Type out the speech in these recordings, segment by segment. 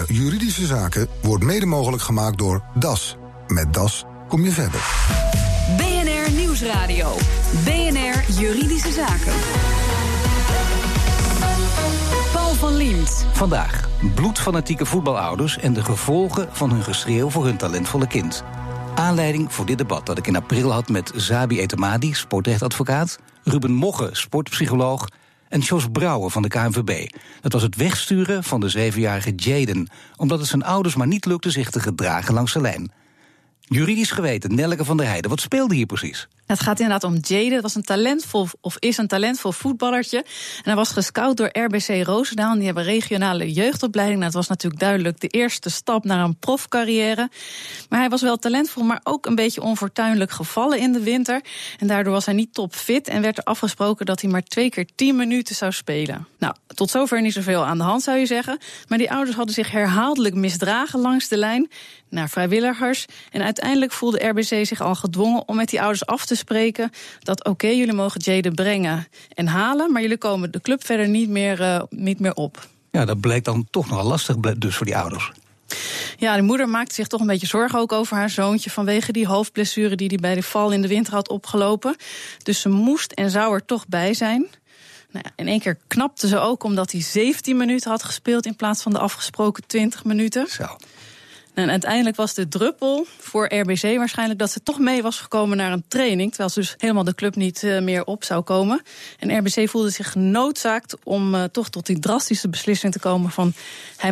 Juridische Zaken wordt mede mogelijk gemaakt door DAS. Met DAS kom je verder. BNR Nieuwsradio. BNR Juridische Zaken. Paul van Liemt. Vandaag bloedfanatieke voetbalouders en de gevolgen van hun geschreeuw voor hun talentvolle kind. Aanleiding voor dit debat dat ik in april had met Zabi Etemadi, sportrechtadvocaat, Ruben Mogge, sportpsycholoog, en Jos Brouwer van de KNVB. Dat was het wegsturen van de 7-jarige Jaden, omdat het zijn ouders maar niet lukte zich te gedragen langs de lijn. Juridisch geweten, Nelleke van der Heijden, wat speelde hier precies? Het gaat inderdaad om Jaden. Het was is een talentvol voetballertje. En hij was gescout door RBC Roosendaal. Die hebben regionale jeugdopleiding. Nou, het was natuurlijk duidelijk de eerste stap naar een profcarrière. Maar hij was wel talentvol, maar ook een beetje onfortuinlijk gevallen in de winter. En daardoor was hij niet topfit en werd er afgesproken dat hij maar 2 keer 10 minuten zou spelen. Nou, tot zover niet zoveel aan de hand, zou je zeggen. Maar die ouders hadden zich herhaaldelijk misdragen langs de lijn naar vrijwilligers. En uiteindelijk voelde RBC zich al gedwongen om met die ouders af te spreken dat oké, jullie mogen Jaden brengen en halen, maar jullie komen de club verder niet meer op. Ja, dat bleek dan toch nogal lastig dus voor die ouders. Ja, de moeder maakte zich toch een beetje zorgen ook over haar zoontje vanwege die hoofdblessure die hij bij de val in de winter had opgelopen. Dus ze moest en zou er toch bij zijn. Nou ja, in één keer knapte ze ook omdat hij 17 minuten had gespeeld in plaats van de afgesproken 20 minuten. Zo. En uiteindelijk was de druppel voor RBC waarschijnlijk dat ze toch mee was gekomen naar een training, terwijl ze dus helemaal de club niet meer op zou komen. En RBC voelde zich genoodzaakt om toch tot die drastische beslissing te komen van hij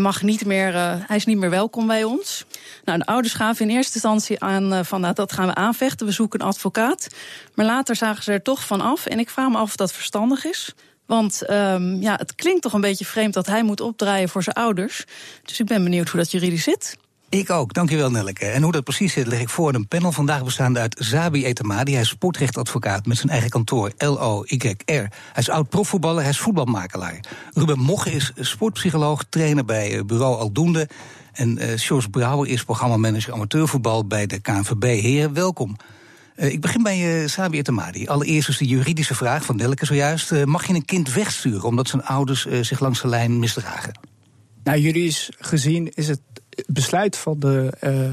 is niet meer welkom bij ons. Nou, de ouders gaven in eerste instantie aan van dat gaan we aanvechten, we zoeken een advocaat. Maar later zagen ze er toch van af en ik vraag me af of dat verstandig is. Want het klinkt toch een beetje vreemd dat hij moet opdraaien voor zijn ouders. Dus ik ben benieuwd hoe dat juridisch zit. Ik ook, dankjewel Nelleke. En hoe dat precies zit, leg ik voor in een panel vandaag bestaande uit Zabi Etemadi. Hij is sportrechtadvocaat met zijn eigen kantoor LOYR. Hij is oud-profvoetballer, hij is voetbalmakelaar. Ruben Mogge is sportpsycholoog, trainer bij bureau Aldoende. En Jos Brouwer is programmamanager amateurvoetbal bij de KNVB. Heren, welkom. Ik begin bij Zabi Etemadi. Allereerst is de juridische vraag van Nelleke zojuist. Mag je een kind wegsturen omdat zijn ouders zich langs de lijn misdragen? Nou, juridisch gezien is het besluit van de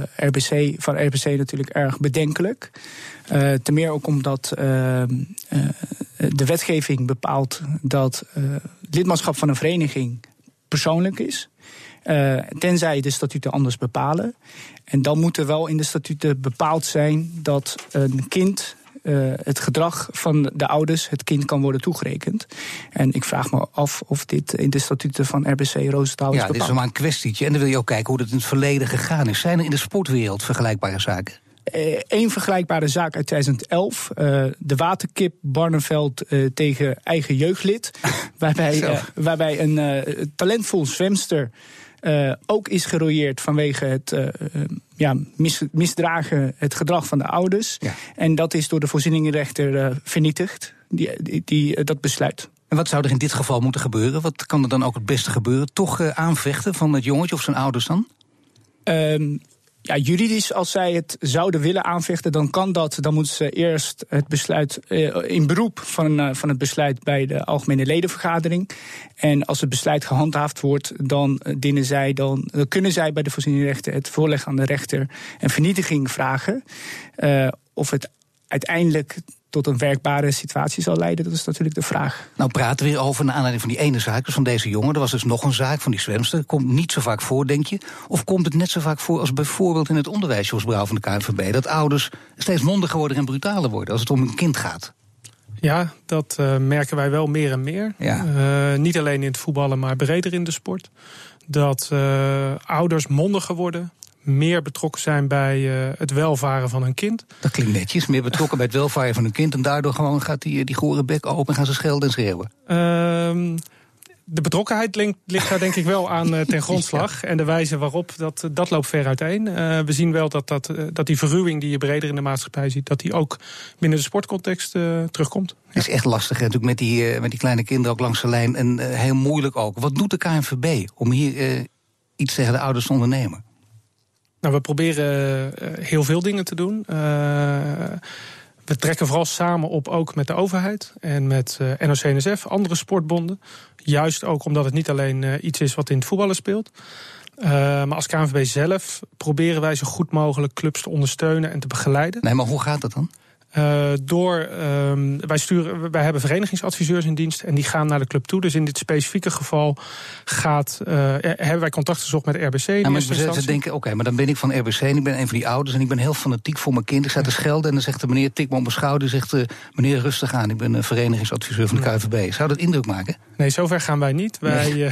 RBC natuurlijk erg bedenkelijk. Ten meer ook omdat de wetgeving bepaalt dat lidmaatschap van een vereniging persoonlijk is. Tenzij de statuten anders bepalen. En dan moet er wel in de statuten bepaald zijn dat een kind het gedrag van de ouders het kind kan worden toegerekend. En ik vraag me af of dit in de statuten van RBC Roosendaal is bepaald. Ja, dit is maar een kwestietje. En dan wil je ook kijken hoe dat in het verleden gegaan is. Zijn er in de sportwereld vergelijkbare zaken? Eén vergelijkbare zaak uit 2011. De waterkip Barneveld tegen eigen jeugdlid. waarbij een talentvol zwemster ook is gerooieerd vanwege het misdragen, het gedrag van de ouders. Ja. En dat is door de voorzieningenrechter vernietigd, dat besluit. En wat zou er in dit geval moeten gebeuren? Wat kan er dan ook het beste gebeuren? Toch aanvechten van het jongetje of zijn ouders dan? Juridisch, als zij het zouden willen aanvechten, dan kan dat. Dan moeten ze eerst het besluit in beroep van het besluit bij de algemene ledenvergadering. En als het besluit gehandhaafd wordt, dan kunnen zij bij de voorzieningenrechter het voorleggen aan de rechter en vernietiging vragen. Of het uiteindelijk tot een werkbare situatie zal leiden, dat is natuurlijk de vraag. Nou praten we weer over naar aanleiding van die ene zaak, dus van deze jongen. Er was dus nog een zaak van die zwemster. Komt niet zo vaak voor, denk je? Of komt het net zo vaak voor als bijvoorbeeld in het onderwijs, Jos Brouwer van de KNVB, dat ouders steeds mondiger worden en brutaler worden als het om een kind gaat? Ja, dat merken wij wel meer en meer. Ja. Niet alleen in het voetballen, maar breder in de sport. Dat ouders mondiger worden, meer betrokken zijn bij het welvaren van hun kind. Dat klinkt netjes, meer betrokken bij het welvaren van hun kind. En daardoor gewoon gaat die gore bek open en gaan ze schelden en schreeuwen. De betrokkenheid ligt daar denk ik wel aan ten grondslag. Ja. En de wijze waarop, dat loopt ver uiteen. We zien wel dat die verruwing die je breder in de maatschappij ziet, dat die ook binnen de sportcontext terugkomt. Het is echt lastig hè, natuurlijk met die kleine kinderen ook langs de lijn. En heel moeilijk ook. Wat doet de KNVB om hier iets tegen de ouders te ondernemen? Nou, we proberen heel veel dingen te doen. We trekken vooral samen op ook met de overheid en met NOC-NSF, andere sportbonden. Juist ook omdat het niet alleen iets is wat in het voetballen speelt. Maar als KNVB zelf proberen wij zo goed mogelijk clubs te ondersteunen en te begeleiden. Nee, maar hoe gaat dat dan? Wij hebben verenigingsadviseurs in dienst en die gaan naar de club toe. Dus in dit specifieke geval hebben wij contact gezocht met RBC. Ze denken, oké, maar dan ben ik van RBC en ik ben een van die ouders en ik ben heel fanatiek voor mijn kind. Ik sta te schelden en dan zegt de meneer, tik me op mijn schouder, zegt meneer rustig aan, ik ben een verenigingsadviseur van de KNVB. Zou dat indruk maken? Nee, zover gaan wij niet.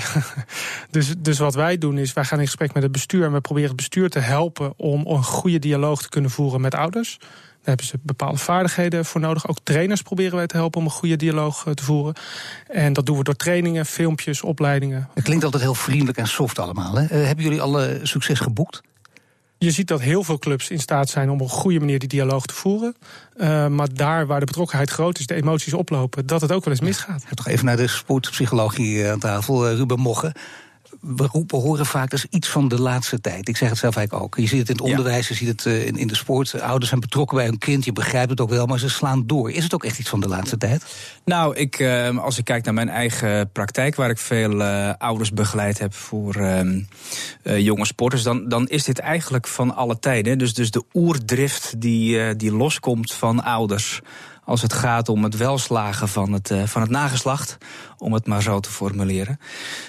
Dus wat wij doen is, wij gaan in gesprek met het bestuur en we proberen het bestuur te helpen om een goede dialoog te kunnen voeren met ouders. Daar hebben ze bepaalde vaardigheden voor nodig. Ook trainers proberen wij te helpen om een goede dialoog te voeren. En dat doen we door trainingen, filmpjes, opleidingen. Het klinkt altijd heel vriendelijk en soft allemaal. Hè? Hebben jullie alle succes geboekt? Je ziet dat heel veel clubs in staat zijn om op een goede manier die dialoog te voeren. Maar daar waar de betrokkenheid groot is, de emoties oplopen, dat het ook wel eens misgaat. Ja, toch even naar de sportpsychologie aan tafel, Ruben Mogge. We horen vaak, dat is iets van de laatste tijd. Ik zeg het zelf eigenlijk ook. Je ziet het in het onderwijs, je ziet het in de sport. Ouders zijn betrokken bij hun kind, je begrijpt het ook wel, maar ze slaan door. Is het ook echt iets van de laatste tijd? Nou, als ik kijk naar mijn eigen praktijk, waar ik veel ouders begeleid heb voor jonge sporters, dan is dit eigenlijk van alle tijden. Dus de oerdrift die loskomt van ouders als het gaat om het welslagen van het nageslacht, om het maar zo te formuleren.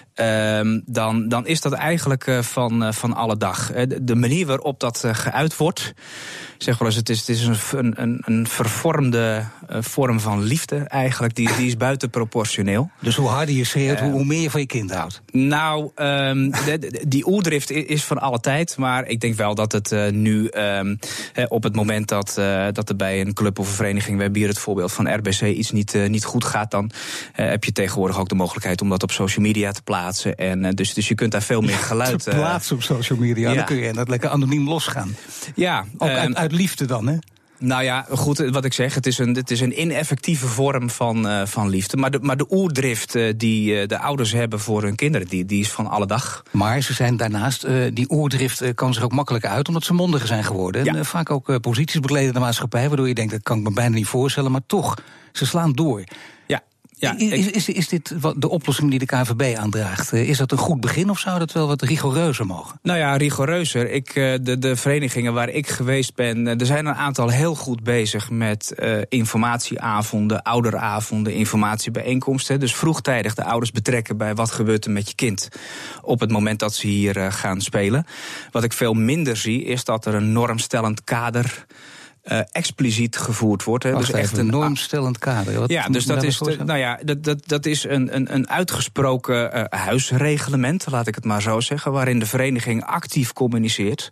Dan is dat eigenlijk van alle dag. De manier waarop dat geuit wordt, zeg wel eens, het is een vervormde vorm van liefde eigenlijk, die is buitenproportioneel. Dus hoe harder je schreeuwt, hoe meer je van je kind houdt? Nou, die oerdrift is van alle tijd, maar ik denk wel dat het nu op het moment dat er bij een club of een vereniging, we hebben hier het voorbeeld van RBC, iets niet goed gaat, dan heb je tegenwoordig ook de mogelijkheid om dat op social media te plaatsen. En dus je kunt daar veel meer geluid te plaatsen op social media. Ja. Dan kun je dat lekker anoniem losgaan. Ja, ook uit liefde dan, hè? Nou ja, goed, wat ik zeg, het is een ineffectieve vorm van liefde. Maar de oerdrift die de ouders hebben voor hun kinderen, die is van alle dag. Maar ze zijn daarnaast, die oerdrift kan zich ook makkelijk uit, omdat ze mondiger zijn geworden. Ja. En vaak ook posities bekleden in de maatschappij, waardoor je denkt, dat kan ik me bijna niet voorstellen. Maar toch, ze slaan door. Ja, is dit de oplossing die de KNVB aandraagt? Is dat een goed begin of zou dat wel wat rigoureuzer mogen? Nou ja, rigoureuzer. De verenigingen waar ik geweest ben, er zijn een aantal heel goed bezig met informatieavonden, ouderavonden, informatiebijeenkomsten. Dus vroegtijdig de ouders betrekken bij wat gebeurt er met je kind op het moment dat ze hier gaan spelen. Wat ik veel minder zie, is dat er een normstellend kader expliciet gevoerd wordt. Hè. Dus echt een normstellend kader. Ja, dus dat is een uitgesproken huisreglement, laat ik het maar zo zeggen, waarin de vereniging actief communiceert.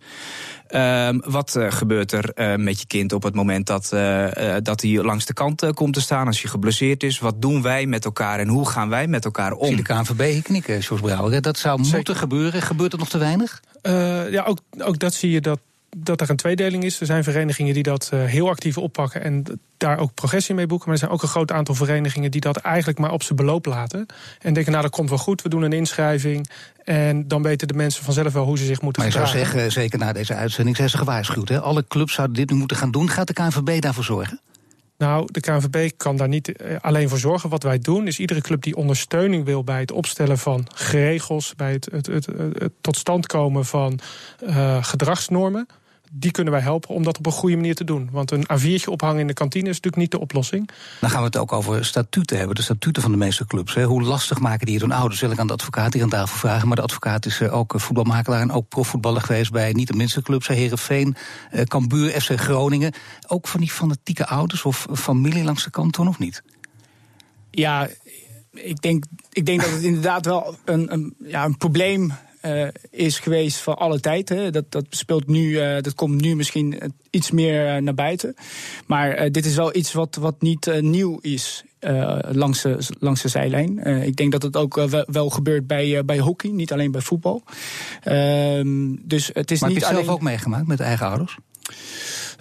Wat gebeurt er met je kind op het moment dat hij langs de kant komt te staan, als hij geblesseerd is? Wat doen wij met elkaar en hoe gaan wij met elkaar om? Zie de KNVB knikken, Jos Brouwer. Dat zou moeten gebeuren. Gebeurt het nog te weinig? Ja, ook dat zie je dat er een tweedeling is. Er zijn verenigingen die dat heel actief oppakken en daar ook progressie mee boeken. Maar er zijn ook een groot aantal verenigingen die dat eigenlijk maar op zijn beloop laten. En denken, nou dat komt wel goed, we doen een inschrijving. En dan weten de mensen vanzelf wel hoe ze zich moeten gedragen. Maar ik zou zeggen, zeker na deze uitzending, zijn ze gewaarschuwd. Hè? Alle clubs zouden dit nu moeten gaan doen. Gaat de KNVB daarvoor zorgen? Nou, de KNVB kan daar niet alleen voor zorgen. Wat wij doen is iedere club die ondersteuning wil bij het opstellen van regels, bij het tot stand komen van gedragsnormen, die kunnen wij helpen om dat op een goede manier te doen. Want een A4'tje ophangen in de kantine is natuurlijk niet de oplossing. Dan gaan we het ook over statuten hebben, de statuten van de meeste clubs. Hè. Hoe lastig maken die het aan ouders? Wil ik aan de advocaat hier aan tafel vragen. Maar de advocaat is ook voetbalmakelaar en ook profvoetballer geweest bij niet de minste clubs. Heerenveen, Cambuur, FC Groningen. Ook van die fanatieke ouders of familie langs de kant doen of niet? Ja, ik denk dat het inderdaad wel een probleem is geweest van alle tijd. Hè. Dat speelt nu, dat komt nu misschien iets meer naar buiten. Maar dit is wel iets wat niet nieuw is langs de zijlijn. Ik denk dat het ook wel gebeurt bij hockey, niet alleen bij voetbal. Dus het is maar niet heb je het alleen zelf ook meegemaakt met eigen ouders?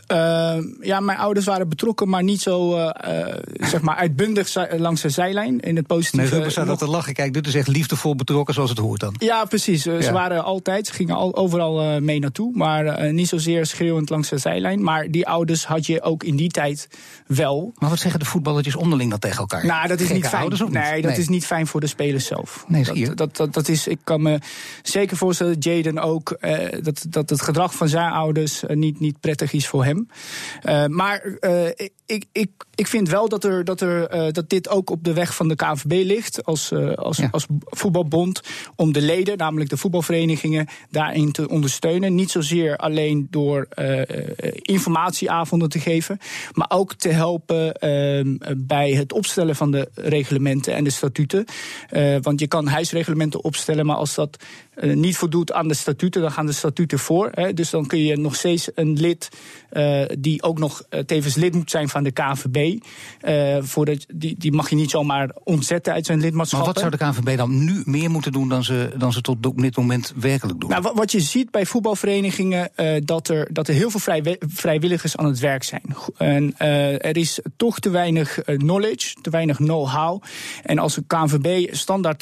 Mijn ouders waren betrokken, maar niet zo zeg maar uitbundig langs de zijlijn. In het positieve. Nee, Ruben staat dat te lachen. Kijk, dit is echt liefdevol betrokken zoals het hoort dan. Ja, precies. Ze waren altijd, ze gingen overal mee naartoe. Maar niet zozeer schreeuwend langs de zijlijn. Maar die ouders had je ook in die tijd wel. Maar wat zeggen de voetballertjes onderling dan tegen elkaar? Nou, dat is niet fijn. Ouders, nee, dat is niet fijn voor de spelers zelf. Nee, zie je. Dat is, ik kan me zeker voorstellen, Jayden ook, dat het gedrag van zijn ouders niet prettig is voor hem. Maar ik vind wel dat dit ook op de weg van de KNVB ligt als voetbalbond, om de leden, namelijk de voetbalverenigingen, daarin te ondersteunen. Niet zozeer alleen door informatieavonden te geven, maar ook te helpen bij het opstellen van de reglementen en de statuten. Want je kan huisreglementen opstellen, maar als dat niet voldoet aan de statuten, dan gaan de statuten voor. Dus dan kun je nog steeds een lid die ook nog tevens lid moet zijn van de KNVB. Die mag je niet zomaar ontzetten uit zijn lidmaatschap. Maar wat zou de KNVB dan nu meer moeten doen dan ze tot op dit moment werkelijk doen? Nou, wat je ziet bij voetbalverenigingen, dat er heel veel vrijwilligers aan het werk zijn. En er is toch te weinig knowledge, te weinig know-how. En als een KNVB standaard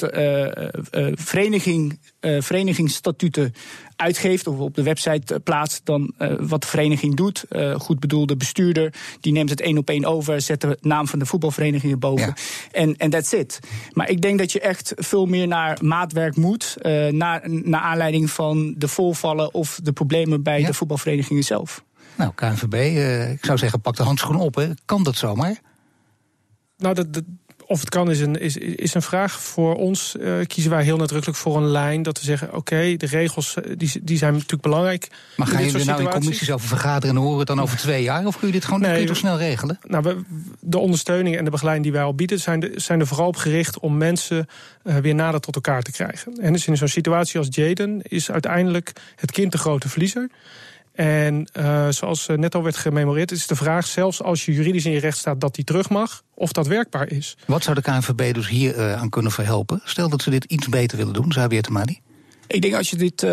verenigingsstatuten uitgeeft of op de website plaatst, dan wat de vereniging doet. Goed bedoelde bestuurder, die neemt het 1 op 1 over, zet de naam van de voetbalvereniging erboven. Ja. En that's it. Maar ik denk dat je echt veel meer naar maatwerk moet, naar aanleiding van de voorvallen of de problemen bij de voetbalverenigingen zelf. Nou, KNVB, ik zou zeggen, pak de handschoen op. Hè. Kan dat zomaar? Nou, of het kan is een vraag. Voor ons kiezen wij heel nadrukkelijk voor een lijn dat we zeggen, oké, de regels die zijn natuurlijk belangrijk. Maar gaan jullie nou in commissies over vergaderen en horen het dan over 2 jaar? Of kun je dit gewoon kun je toch snel regelen? Nou, de ondersteuning en de begeleiding die wij al bieden zijn er vooral op gericht om mensen weer nader tot elkaar te krijgen. En dus in zo'n situatie als Jayden is uiteindelijk het kind de grote verliezer. En zoals net al werd gememoreerd, is de vraag, zelfs als je juridisch in je recht staat dat die terug mag, of dat werkbaar is. Wat zou de KNVB dus hier aan kunnen verhelpen? Stel dat ze dit iets beter willen doen, Zabi Etemadi. Ik denk als je dit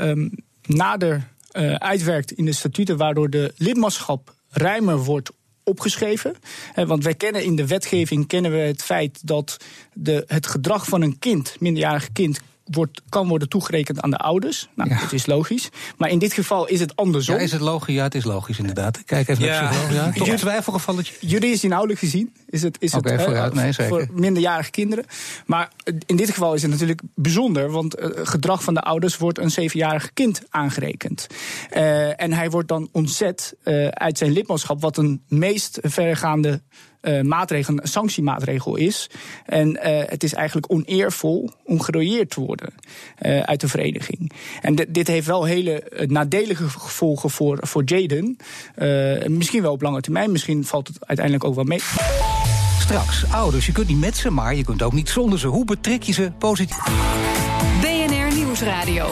nader uitwerkt in de statuten, waardoor de lidmaatschap ruimer wordt opgeschreven. Want wij kennen in de wetgeving het feit dat het gedrag van een kind, minderjarig kind, kan worden toegerekend aan de ouders. Nou, dat is logisch. Maar in dit geval is het andersom. Ja, is het logisch? Ja, het is logisch inderdaad. Kijk even naar psycholoog. Ja. Toch een twijfelgevalletje? Juridisch inhoudelijk gezien is het zeker. Voor minderjarige kinderen. Maar in dit geval is het natuurlijk bijzonder, want gedrag van de ouders wordt een 7-jarig kind aangerekend. En hij wordt dan ontzet uit zijn lidmaatschap, wat een meest verregaande maatregel, een sanctiemaatregel is. En het is eigenlijk oneervol om gerooieerd te worden uit de vereniging. En dit heeft wel hele nadelige gevolgen voor Jayden. Misschien wel op lange termijn, misschien valt het uiteindelijk ook wel mee. Straks, ouders, je kunt niet met ze, maar je kunt ook niet zonder ze. Hoe betrek je ze positief? BNR Nieuwsradio.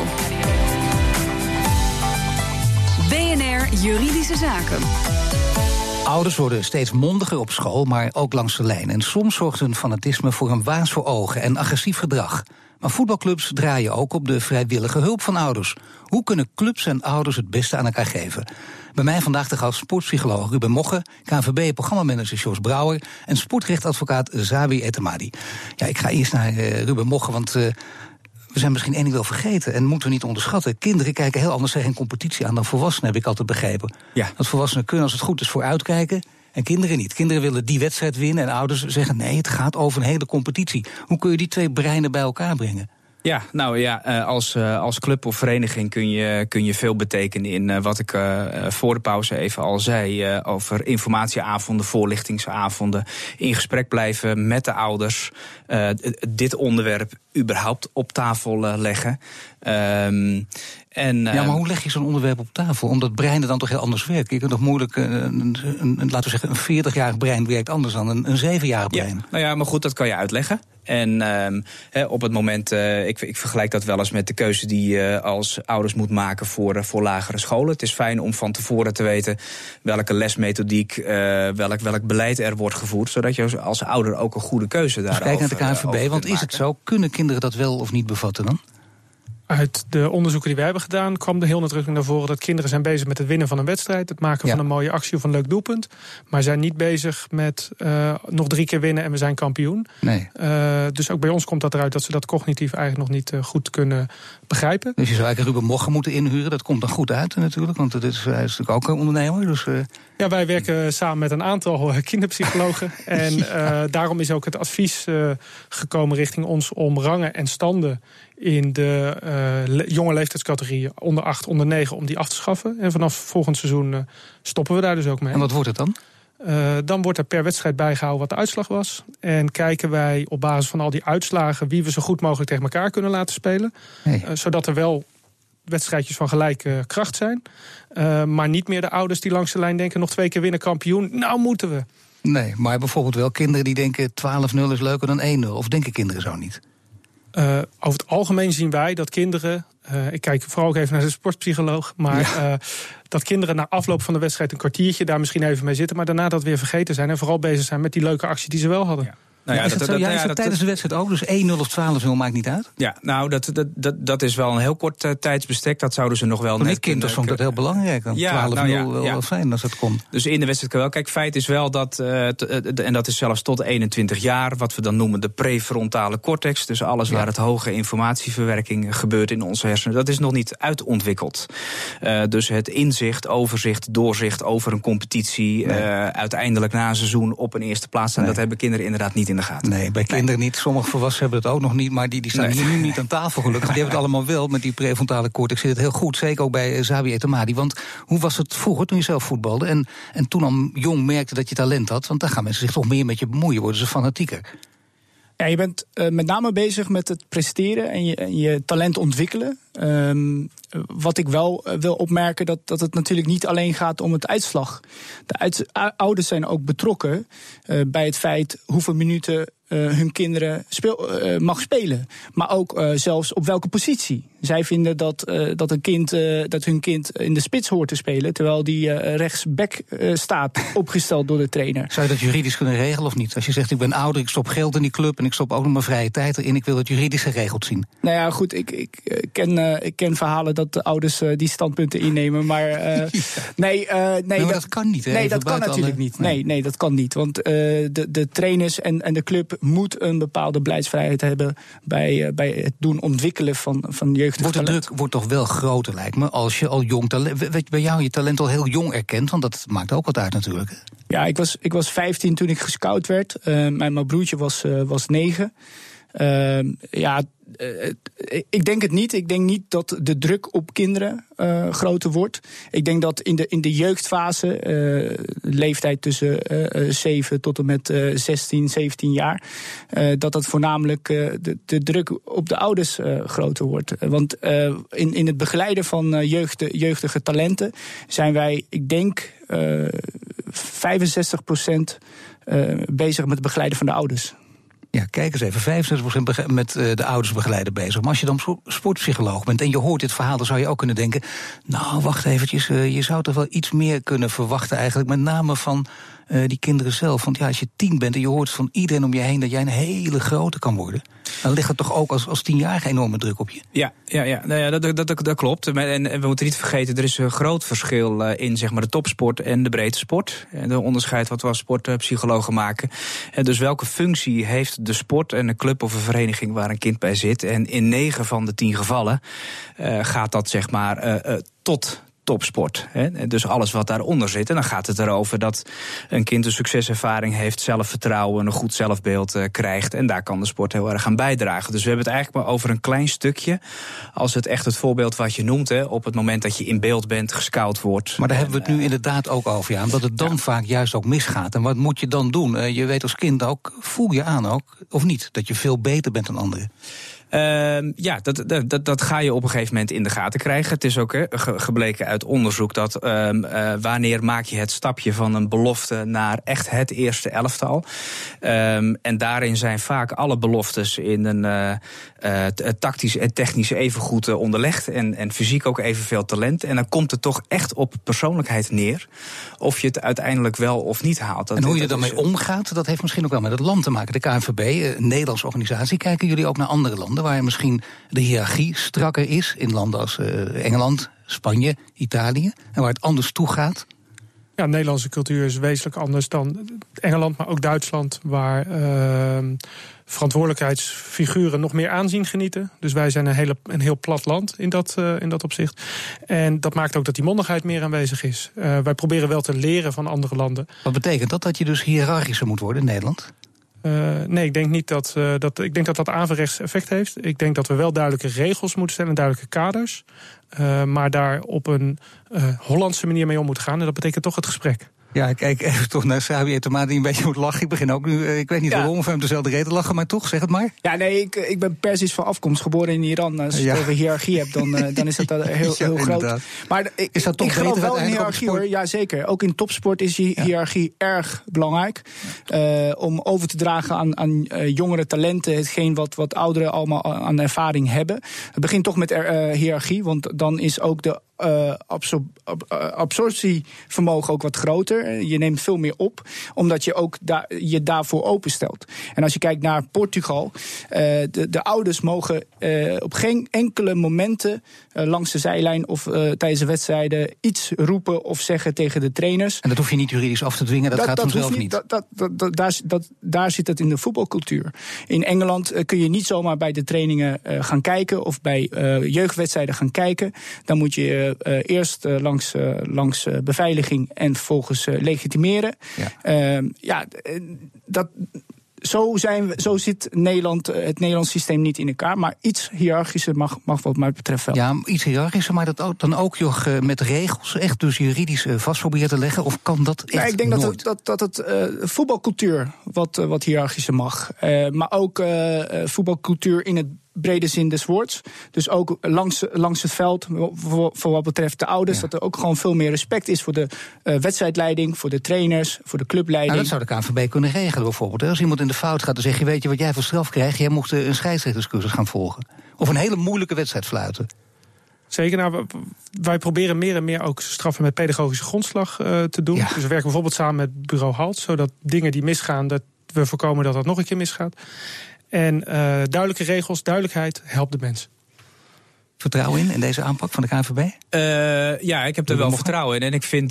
BNR Juridische Zaken. Ouders worden steeds mondiger op school, maar ook langs de lijn. En soms zorgt hun fanatisme voor een waas voor ogen en agressief gedrag. Maar voetbalclubs draaien ook op de vrijwillige hulp van ouders. Hoe kunnen clubs en ouders het beste aan elkaar geven? Bij mij vandaag de gast sportpsycholoog Ruben Mogge, KNVB-programmamanager Jos Brouwer en sportrechtadvocaat Zabi Etemadi. Ja, ik ga eerst naar Ruben Mogge, want we zijn misschien één ding wel vergeten en moeten we niet onderschatten. Kinderen kijken heel anders tegen een competitie aan dan volwassenen, heb ik altijd begrepen. Ja. Dat volwassenen kunnen, als het goed is, vooruitkijken en kinderen niet. Kinderen willen die wedstrijd winnen en ouders zeggen nee, het gaat over een hele competitie. Hoe kun je die twee breinen bij elkaar brengen? Ja, nou ja, als club of vereniging kun je veel betekenen in wat ik voor de pauze even al zei, over informatieavonden, voorlichtingsavonden, in gesprek blijven met de ouders, dit onderwerp überhaupt op tafel leggen. Maar hoe leg je zo'n onderwerp op tafel? Omdat breinen dan toch heel anders werkt. Je kunt toch moeilijk, laten we zeggen, een 40-jarig brein werkt anders dan een 7-jarig brein. Ja, nou ja, maar goed, dat kan je uitleggen. En op het moment, ik vergelijk dat wel eens met de keuze die je als ouders moet maken voor lagere scholen. Het is fijn om van tevoren te weten welke lesmethodiek, welk beleid er wordt gevoerd, zodat je als ouder ook een goede keuze daarover. Kijk naar de KNVB, want is het zo? Kunnen kinderen dat wel of niet bevatten dan? Uit de onderzoeken die wij hebben gedaan kwam er heel nadrukkelijk naar voren dat kinderen zijn bezig met het winnen van een wedstrijd, het maken van een mooie actie of een leuk doelpunt, maar zijn niet bezig met nog 3 keer winnen en we zijn kampioen. Nee. Dus ook bij ons komt dat eruit dat ze dat cognitief eigenlijk nog niet goed kunnen begrijpen. Dus je zou eigenlijk Ruben Mocher moeten inhuren. Dat komt dan goed uit natuurlijk, want hij is natuurlijk ook een ondernemer. Dus, Ja, wij werken samen met een aantal kinderpsychologen. En daarom is ook het advies gekomen richting ons om rangen en standen in de jonge leeftijdscategorieën onder 8, onder 9, om die af te schaffen. En vanaf volgend seizoen stoppen we daar dus ook mee. En wat wordt het dan? Dan wordt er per wedstrijd bijgehouden wat de uitslag was. En kijken wij op basis van al die uitslagen wie we zo goed mogelijk tegen elkaar kunnen laten spelen. Zodat er wel wedstrijdjes van gelijke kracht zijn. Maar niet meer de ouders die langs de lijn denken nog 2 keer winnen kampioen. Nou moeten we. Nee, maar bijvoorbeeld wel kinderen die denken 12-0 is leuker dan 1-0. Of denken kinderen zo niet? Over het algemeen zien wij dat kinderen, ik kijk vooral ook even naar de sportpsycholoog, maar dat kinderen na afloop van de wedstrijd een kwartiertje daar misschien even mee zitten, maar daarna dat weer vergeten zijn en vooral bezig zijn met die leuke actie die ze wel hadden. Ja. Nou is dat tijdens de wedstrijd ook? Dus 1-0 of 12-0 maakt niet uit? Ja, nou, dat is wel een heel kort tijdsbestek. Dat zouden ze nog wel net. Voor dit kind was dat heel belangrijk. 12-0 wel fijn als het komt. Dus in de wedstrijd kan wel. Kijk, feit is wel dat, en dat is zelfs tot 21 jaar, wat we dan noemen de prefrontale cortex. Dus alles waar het hoge informatieverwerking gebeurt in onze hersenen. Dat is nog niet uitontwikkeld. Dus het inzicht, overzicht, doorzicht over een competitie. Uiteindelijk na een seizoen op een eerste plaats staan. Dat hebben kinderen inderdaad niet in de gaten. Nee, bij kinderen niet. Sommige volwassenen hebben het ook nog niet. Maar die staan hier nu niet aan tafel gelukkig. Die hebben het allemaal wel met die prefrontale cortex. Zit het heel goed. Zeker ook bij Zabi Etemadi. Want hoe was het vroeger toen je zelf voetbalde? En toen al jong merkte dat je talent had. Want dan gaan mensen zich toch meer met je bemoeien. Worden ze fanatieker. Ja, je bent met name bezig met het presteren en je talent ontwikkelen. Wat ik wel wil opmerken, dat het natuurlijk niet alleen gaat om het uitslag. De ouders zijn ook betrokken bij het feit hoeveel minuten hun kinderen mag spelen. Maar ook zelfs op welke positie. Zij vinden dat hun kind in de spits hoort te spelen, terwijl die rechtsback staat, opgesteld door de trainer. Zou je dat juridisch kunnen regelen of niet? Als je zegt, ik ben ouder, ik stop geld in die club en ik stop ook nog mijn vrije tijd erin, ik wil het juridisch geregeld zien. Nou ja, goed, ik ken verhalen dat de ouders die standpunten innemen, maar maar dat kan niet, hè? Nee, dat kan natuurlijk niet. Nee, dat kan niet. Want de trainers en de club moet een bepaalde beleidsvrijheid hebben bij het doen ontwikkelen van jeugdige talent. De druk wordt toch wel groter, lijkt me, als je al jong talent, bij jou je talent al heel jong erkent, want dat maakt ook wat uit natuurlijk. Hè? Ja, ik was 15 toen ik gescout werd. Mijn broertje was 9. Ik denk het niet. Ik denk niet dat de druk op kinderen groter wordt. Ik denk dat in de jeugdfase, leeftijd tussen 7 tot en met 16, 17 jaar, dat voornamelijk de druk op de ouders groter wordt. Want in het begeleiden van jeugdige talenten zijn wij, ik denk, 65% bezig met het begeleiden van de ouders. Ja, kijk eens even, 65% met de ouders begeleiden bezig. Maar als je dan sportpsycholoog bent en je hoort dit verhaal, dan zou je ook kunnen denken, nou, wacht eventjes, je zou toch wel iets meer kunnen verwachten eigenlijk, met name van die kinderen zelf. Want ja, als je 10 bent en je hoort van iedereen om je heen dat jij een hele grote kan worden, dan ligt er toch ook als 10-jarige enorme druk op je. Ja, nou ja, dat klopt. En we moeten niet vergeten, er is een groot verschil in zeg maar de topsport en de breedte sport. En de onderscheid wat we als sportpsychologen maken. En dus welke functie heeft de sport en een club of een vereniging waar een kind bij zit? En in 9 van de 10 gevallen gaat dat zeg maar tot topsport. Hè? Dus alles wat daaronder zit. En dan gaat het erover dat een kind een succeservaring heeft, zelfvertrouwen, een goed zelfbeeld krijgt. En daar kan de sport heel erg aan bijdragen. Dus we hebben het eigenlijk maar over een klein stukje. Als het echt het voorbeeld wat je noemt, hè, op het moment dat je in beeld bent, gescout wordt. Maar daar hebben we het nu inderdaad ook over, ja. Omdat het dan vaak juist ook misgaat. En wat moet je dan doen? Je weet als kind ook, voel je aan ook, of niet, dat je veel beter bent dan anderen? Dat ga je op een gegeven moment in de gaten krijgen. Het is ook gebleken uit onderzoek dat wanneer maak je het stapje van een belofte naar echt het eerste elftal. En daarin zijn vaak alle beloftes in een tactisch en technisch even goed onderlegd. En fysiek ook evenveel talent. En dan komt het toch echt op persoonlijkheid neer. Of je het uiteindelijk wel of niet haalt. En hoe je er dan mee omgaat, dat heeft misschien ook wel met het land te maken. De KNVB, een Nederlandse organisatie, kijken jullie ook naar andere landen? landen waar misschien de hiërarchie strakker is, in landen als Engeland, Spanje, Italië, en waar het anders toe gaat? Ja, de Nederlandse cultuur is wezenlijk anders dan Engeland, maar ook Duitsland, waar verantwoordelijkheidsfiguren nog meer aanzien genieten. Dus wij zijn een heel plat land in dat opzicht. En dat maakt ook dat die mondigheid meer aanwezig is. Wij proberen wel te leren van andere landen. Wat betekent dat? Dat je dus hiërarchischer moet worden in Nederland? Nee, ik denk niet dat averechts effect heeft. Ik denk dat we wel duidelijke regels moeten stellen, duidelijke kaders. Maar daar op een Hollandse manier mee om moeten gaan. En dat betekent toch het gesprek. Ja, ik kijk even toch naar Sabi Etemadi die een beetje moet lachen. Ik begin ook nu, ik weet niet waarom, of hem dezelfde reden lachen, maar toch, zeg het maar. Ja, nee, ik ben Perzisch van afkomst, geboren in Iran. Als je het over hiërarchie hebt, dan is dat heel groot. Maar is dat toch ik geloof wel in hiërarchie, hoor. Ja, zeker. Ook in topsport is hiërarchie erg belangrijk. Om over te dragen aan jongere talenten, hetgeen wat ouderen allemaal aan ervaring hebben. Het begint toch met hiërarchie, want dan is ook de absorptievermogen ook wat groter. Je neemt veel meer op, omdat je ook je daarvoor openstelt. En als je kijkt naar Portugal, de ouders mogen op geen enkele momenten langs de zijlijn of tijdens de wedstrijden iets roepen of zeggen tegen de trainers. En dat hoef je niet juridisch af te dwingen, dat gaat vanzelf niet. Daar zit het in de voetbalcultuur. In Engeland kun je niet zomaar bij de trainingen gaan kijken of bij jeugdwedstrijden gaan kijken. Dan moet je eerst langs beveiliging en vervolgens legitimeren. Zo zit Nederland, het Nederlands systeem niet in elkaar. Maar iets hiërarchischer mag wat mij betreft wel. Ja, iets hiërarchischer, maar dat dan ook met regels echt dus juridisch vast proberen te leggen? Of kan dat echt ik denk nooit? dat het voetbalcultuur wat hiërarchischer mag. Maar ook voetbalcultuur in het brede zin des woords. Dus ook langs het veld, voor wat betreft de ouders, dat er ook gewoon veel meer respect is voor de wedstrijdleiding, voor de trainers, voor de clubleiding. Nou, dat zou de KNVB kunnen regelen bijvoorbeeld. Als iemand in de fout gaat, dan zeg je, weet je wat jij voor straf krijgt? Jij mocht een scheidsrechterscursus gaan volgen. Of een hele moeilijke wedstrijd fluiten. Zeker, wij proberen meer en meer ook straffen met pedagogische grondslag te doen. Ja. Dus we werken bijvoorbeeld samen met bureau HALT, zodat dingen die misgaan, dat we voorkomen dat nog een keer misgaat. En duidelijke regels, duidelijkheid helpt de mens. Vertrouwen in deze aanpak van de KNVB? Ja, ik heb er wel vertrouwen in. En ik vind,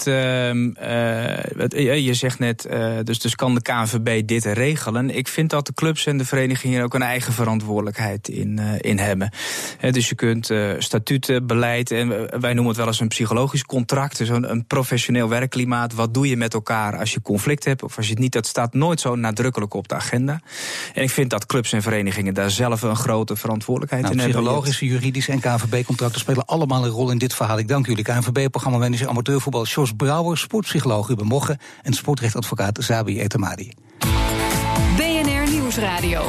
je zegt net, dus kan de KNVB dit regelen? Ik vind dat de clubs en de verenigingen ook een eigen verantwoordelijkheid in hebben. Dus je kunt statuten, beleid, en wij noemen het wel eens een psychologisch contract. Dus een professioneel werkklimaat. Wat doe je met elkaar als je conflict hebt of als je het niet? Dat staat nooit zo nadrukkelijk op de agenda. En ik vind dat clubs en verenigingen daar zelf een grote verantwoordelijkheid in hebben. Psychologische, juridische en KNVB-contracten spelen allemaal een rol in dit verhaal. Ik dank jullie. KNVB-programmamanager amateurvoetbal Jos Brouwer, sportpsycholoog Ruben Mogge en sportrechtadvocaat Sabi Etemadi. BNR Nieuwsradio.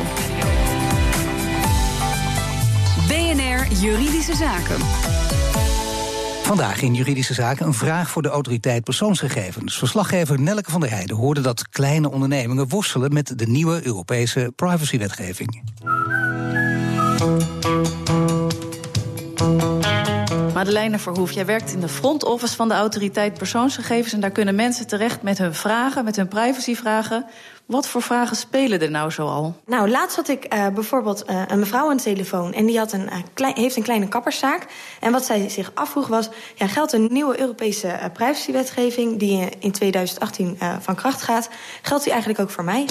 BNR Juridische Zaken. Vandaag in Juridische Zaken een vraag voor de autoriteit persoonsgegevens. Verslaggever Nelleke van der Heijden hoorde dat kleine ondernemingen worstelen met de nieuwe Europese privacywetgeving. Madeleine Verhoef, jij werkt in de front office van de autoriteit persoonsgegevens en daar kunnen mensen terecht met hun vragen, met hun privacyvragen. Wat voor vragen spelen er nou zoal? Nou, laatst had ik bijvoorbeeld een mevrouw aan de telefoon en die had heeft een kleine kapperszaak. En wat zij zich afvroeg was, geldt een nieuwe Europese privacywetgeving die in 2018 van kracht gaat, geldt die eigenlijk ook voor mij?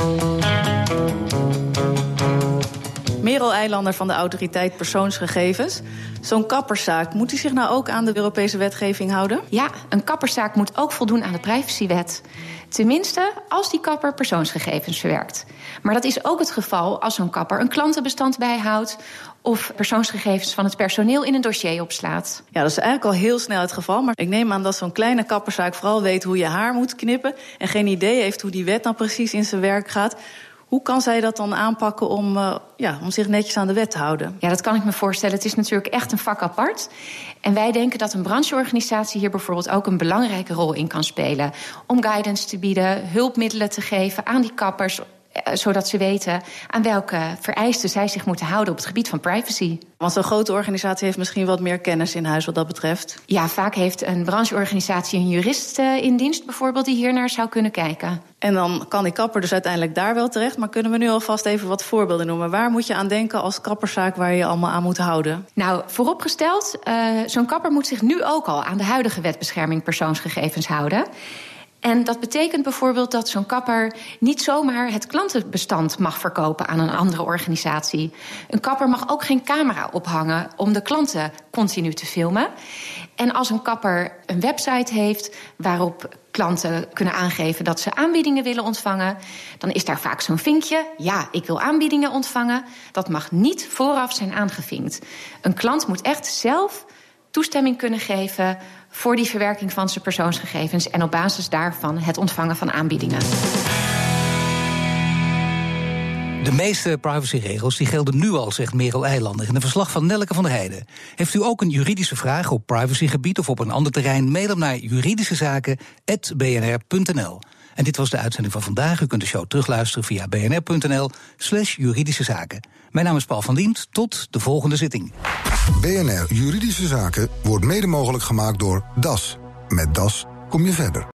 Merel Eilander van de autoriteit persoonsgegevens. Zo'n kapperszaak, moet die zich nou ook aan de Europese wetgeving houden? Ja, een kapperszaak moet ook voldoen aan de privacywet. Tenminste, als die kapper persoonsgegevens verwerkt. Maar dat is ook het geval als zo'n kapper een klantenbestand bijhoudt of persoonsgegevens van het personeel in een dossier opslaat. Ja, dat is eigenlijk al heel snel het geval. Maar ik neem aan dat zo'n kleine kapperszaak vooral weet hoe je haar moet knippen en geen idee heeft hoe die wet dan precies in zijn werk gaat. Hoe kan zij dat dan aanpakken om zich netjes aan de wet te houden? Ja, dat kan ik me voorstellen. Het is natuurlijk echt een vak apart. En wij denken dat een brancheorganisatie hier bijvoorbeeld ook een belangrijke rol in kan spelen. Om guidance te bieden, hulpmiddelen te geven aan die kappers zodat ze weten aan welke vereisten zij zich moeten houden op het gebied van privacy. Want zo'n grote organisatie heeft misschien wat meer kennis in huis wat dat betreft. Ja, vaak heeft een brancheorganisatie een jurist in dienst bijvoorbeeld die hiernaar zou kunnen kijken. En dan kan die kapper dus uiteindelijk daar wel terecht. Maar kunnen we nu alvast even wat voorbeelden noemen? Waar moet je aan denken als kapperszaak waar je je allemaal aan moet houden? Nou, vooropgesteld, zo'n kapper moet zich nu ook al aan de huidige wet bescherming persoonsgegevens houden. En dat betekent bijvoorbeeld dat zo'n kapper niet zomaar het klantenbestand mag verkopen aan een andere organisatie. Een kapper mag ook geen camera ophangen om de klanten continu te filmen. En als een kapper een website heeft waarop klanten kunnen aangeven dat ze aanbiedingen willen ontvangen, dan is daar vaak zo'n vinkje. Ja, ik wil aanbiedingen ontvangen. Dat mag niet vooraf zijn aangevinkt. Een klant moet echt zelf toestemming kunnen geven voor die verwerking van zijn persoonsgegevens en op basis daarvan het ontvangen van aanbiedingen. De meeste privacyregels die gelden nu al, zegt Merel Eilander in een verslag van Nelleke van der Heijden. Heeft u ook een juridische vraag op privacygebied of op een ander terrein? Mail hem naar juridischezaken@bnr.nl. En dit was de uitzending van vandaag. U kunt de show terugluisteren via bnr.nl/juridische zaken. Mijn naam is Paul van Diemt. Tot de volgende zitting. BNR Juridische Zaken wordt mede mogelijk gemaakt door DAS. Met DAS kom je verder.